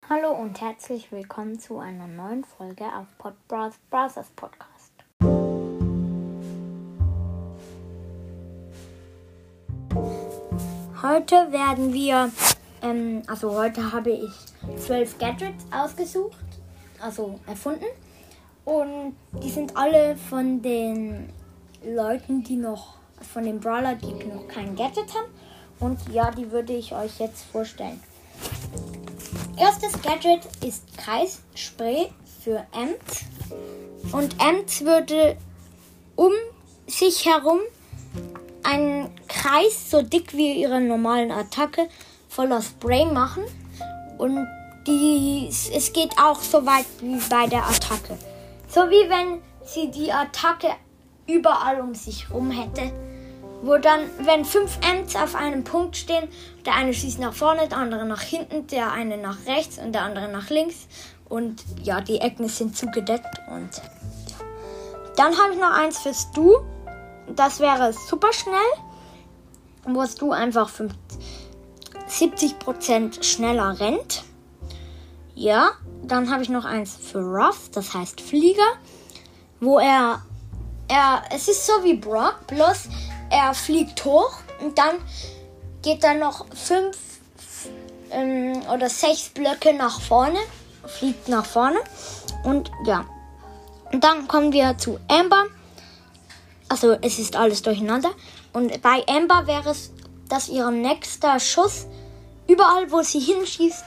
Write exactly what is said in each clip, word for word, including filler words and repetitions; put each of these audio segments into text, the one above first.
Hallo und herzlich willkommen zu einer neuen Folge auf Pod Brothers Podcast. Heute werden wir, ähm, also heute habe ich zwölf Gadgets ausgesucht, also erfunden. Und die sind alle von den Leuten, die noch, von den Brawler, die noch kein Gadget haben. Und ja, die würde ich euch jetzt vorstellen. Erstes Gadget ist Kreisspray für Ems. Und Ems würde um sich herum einen Kreis so dick wie ihre normalen Attacke voller Spray machen. Und die, es geht auch so weit wie bei der Attacke. So wie wenn sie die Attacke überall um sich herum hätte. Wo dann, wenn fünf Ems auf einem Punkt stehen, der eine schießt nach vorne, der andere nach hinten, der eine nach rechts und der andere nach links. Und ja, die Ecken sind zugedeckt. Und ja. Dann habe ich noch eins für Stu. Das wäre super schnell, wo Stu einfach siebzig Prozent schneller rennt. Ja, dann habe ich noch eins für Ruff, das heißt Flieger, wo er, er, es ist so wie Brock, bloß er fliegt hoch und dann geht er noch fünf ähm, oder sechs Blöcke nach vorne, fliegt nach vorne und ja. Und dann kommen wir zu Amber. Also es ist alles durcheinander. Und bei Amber wäre es, dass ihr nächster Schuss überall, wo sie hinschießt,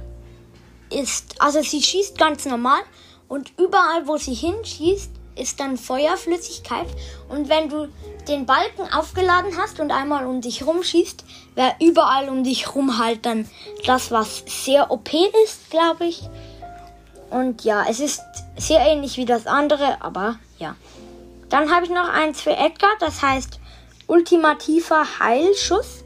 ist, also sie schießt ganz normal und überall, wo sie hinschießt, ist dann Feuerflüssigkeit. Und wenn du den Balken aufgeladen hast und einmal um dich rumschießt, wäre überall um dich rum halt dann das, was sehr O P ist, glaube ich. Und ja, es ist sehr ähnlich wie das andere, aber ja. Dann habe ich noch eins für Edgar, das heißt ultimativer Heilschuss.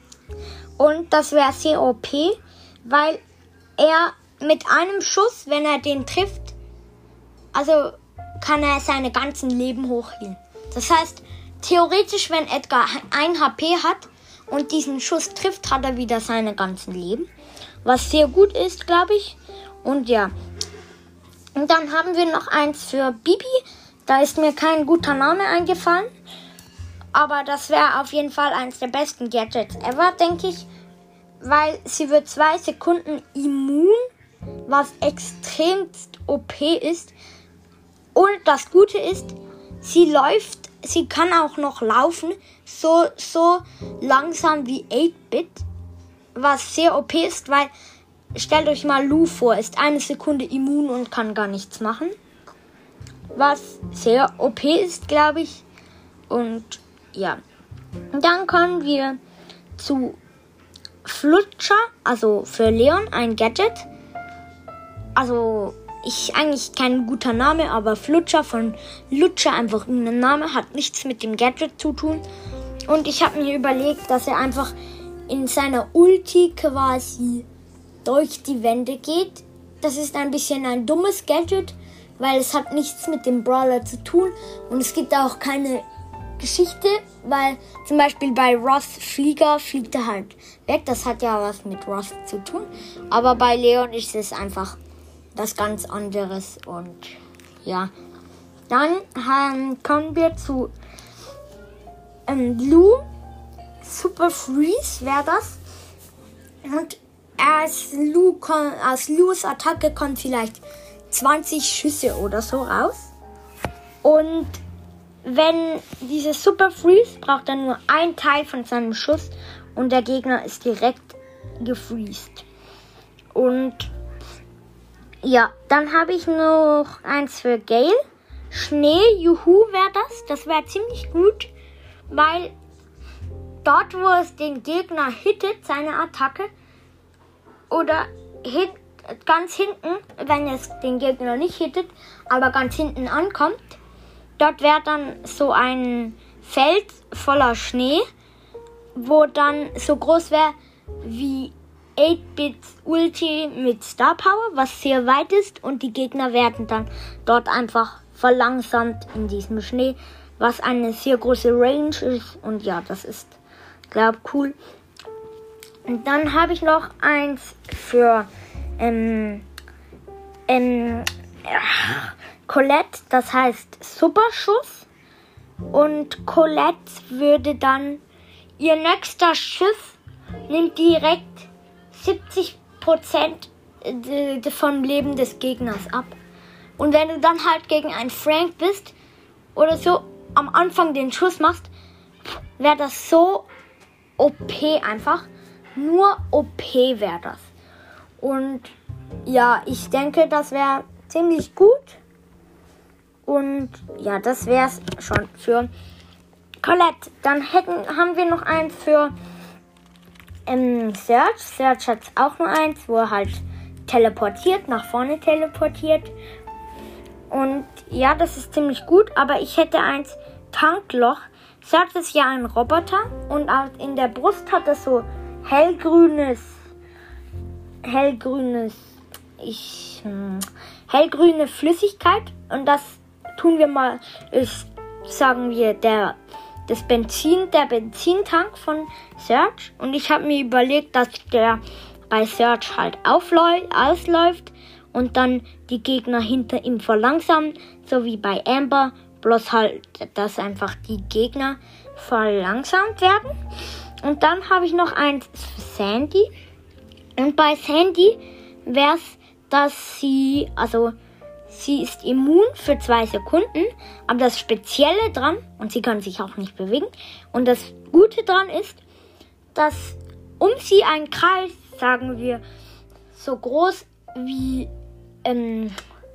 Und das wäre sehr O P, weil er mit einem Schuss, wenn er den trifft, also kann er seine ganzen Leben hochhealen. Das heißt, theoretisch, wenn Edgar ein H P hat und diesen Schuss trifft, hat er wieder seine ganzen Leben. Was sehr gut ist, glaube ich. Und ja. Und dann haben wir noch eins für Bibi. Da ist mir kein guter Name eingefallen. Aber das wäre auf jeden Fall eins der besten Gadgets ever, denke ich. Weil sie wird zwei Sekunden immun, was extremst O P ist. Und das Gute ist, sie läuft, sie kann auch noch laufen, so, so langsam wie acht-Bit, was sehr O P ist, weil, stellt euch mal Lu vor, ist eine Sekunde immun und kann gar nichts machen, was sehr O P ist, glaube ich. Und ja, und dann kommen wir zu Flutscher, also für Leon ein Gadget, also ich eigentlich kein guter Name, aber Flutscher von Lutscher, einfach ein Name, hat nichts mit dem Gadget zu tun. Und ich habe mir überlegt, dass er einfach in seiner Ulti quasi durch die Wände geht. Das ist ein bisschen ein dummes Gadget, weil es hat nichts mit dem Brawler zu tun. Und es gibt auch keine Geschichte, weil zum Beispiel bei Ross Flieger fliegt er halt weg. Das hat ja was mit Ross zu tun. Aber bei Leon ist es einfach was ganz anderes. Und ja, dann ähm, kommen wir zu ähm, Lu. Super Freeze wäre das. Und als, Lu kon, aus Lus Attacke kommen vielleicht zwanzig Schüsse oder so raus. Und wenn dieses Super Freeze braucht er nur ein Teil von seinem Schuss und der Gegner ist direkt gefreezed. Und ja, dann habe ich noch eins für Gale. Schnee, juhu wäre das. Das wäre ziemlich gut, weil dort, wo es den Gegner hittet, seine Attacke, oder hit, ganz hinten, wenn es den Gegner nicht hittet, aber ganz hinten ankommt, dort wäre dann so ein Feld voller Schnee, wo dann so groß wäre wie acht-Bits Ulti mit Star Power, was sehr weit ist, und die Gegner werden dann dort einfach verlangsamt in diesem Schnee, was eine sehr große Range ist. Und ja, das ist, glaube ich, cool. Und dann habe ich noch eins für ähm, ähm, ja, Colette, das heißt Superschuss. Und Colette würde dann, ihr nächster Schuss nimmt direkt siebzig Prozent vom Leben des Gegners ab. Und wenn du dann halt gegen einen Frank bist oder so am Anfang den Schuss machst, wäre das so O P einfach. Nur O P wäre das. Und ja, ich denke, das wäre ziemlich gut. Und ja, das wäre es schon für Colette. Dann hätten, haben wir noch eins für ähm, Serge. Serge hat auch nur eins, wo er halt teleportiert, nach vorne teleportiert. Und ja, das ist ziemlich gut. Aber ich hätte eins, Tankloch. Serge ist ja ein Roboter. Und in der Brust hat er so hellgrünes, hellgrünes, ich, hm, hellgrüne Flüssigkeit. Und das tun wir mal, ist, sagen wir, der, das Benzin, der Benzintank von Serge. Und ich habe mir überlegt, dass der bei Serge halt aufläu- ausläuft und dann die Gegner hinter ihm verlangsamen, so wie bei Amber, bloß halt, dass einfach die Gegner verlangsamt werden. Und dann habe ich noch eins für Sandy. Und bei Sandy wäre es, dass sie, also sie ist immun für zwei Sekunden, aber das Spezielle dran, und sie kann sich auch nicht bewegen, und das Gute dran ist, dass um sie ein Kreis, sagen wir, so groß wie, ähm,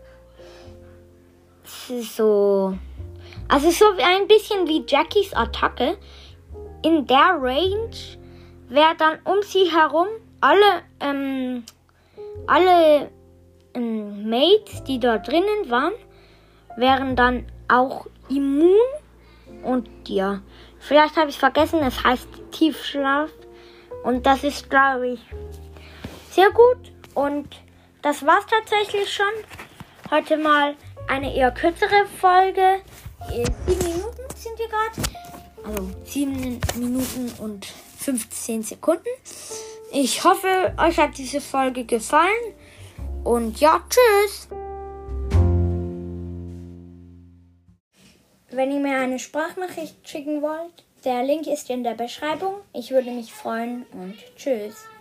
so, also so ein bisschen wie Jackies Attacke, in der Range wäre dann um sie herum alle, ähm, alle ähm, Mates, die dort drinnen waren, wären dann auch immun. Und ja, vielleicht habe ich es vergessen, es heißt Tiefschlaf. Und das ist, glaube ich, sehr gut. Und das war's tatsächlich schon. Heute mal eine eher kürzere Folge. Sieben Minuten sind wir gerade. Also sieben Minuten und fünfzehn Sekunden. Ich hoffe, euch hat diese Folge gefallen. Und ja, tschüss. Wenn ihr mir eine Sprachnachricht schicken wollt, der Link ist in der Beschreibung. Ich würde mich freuen und tschüss.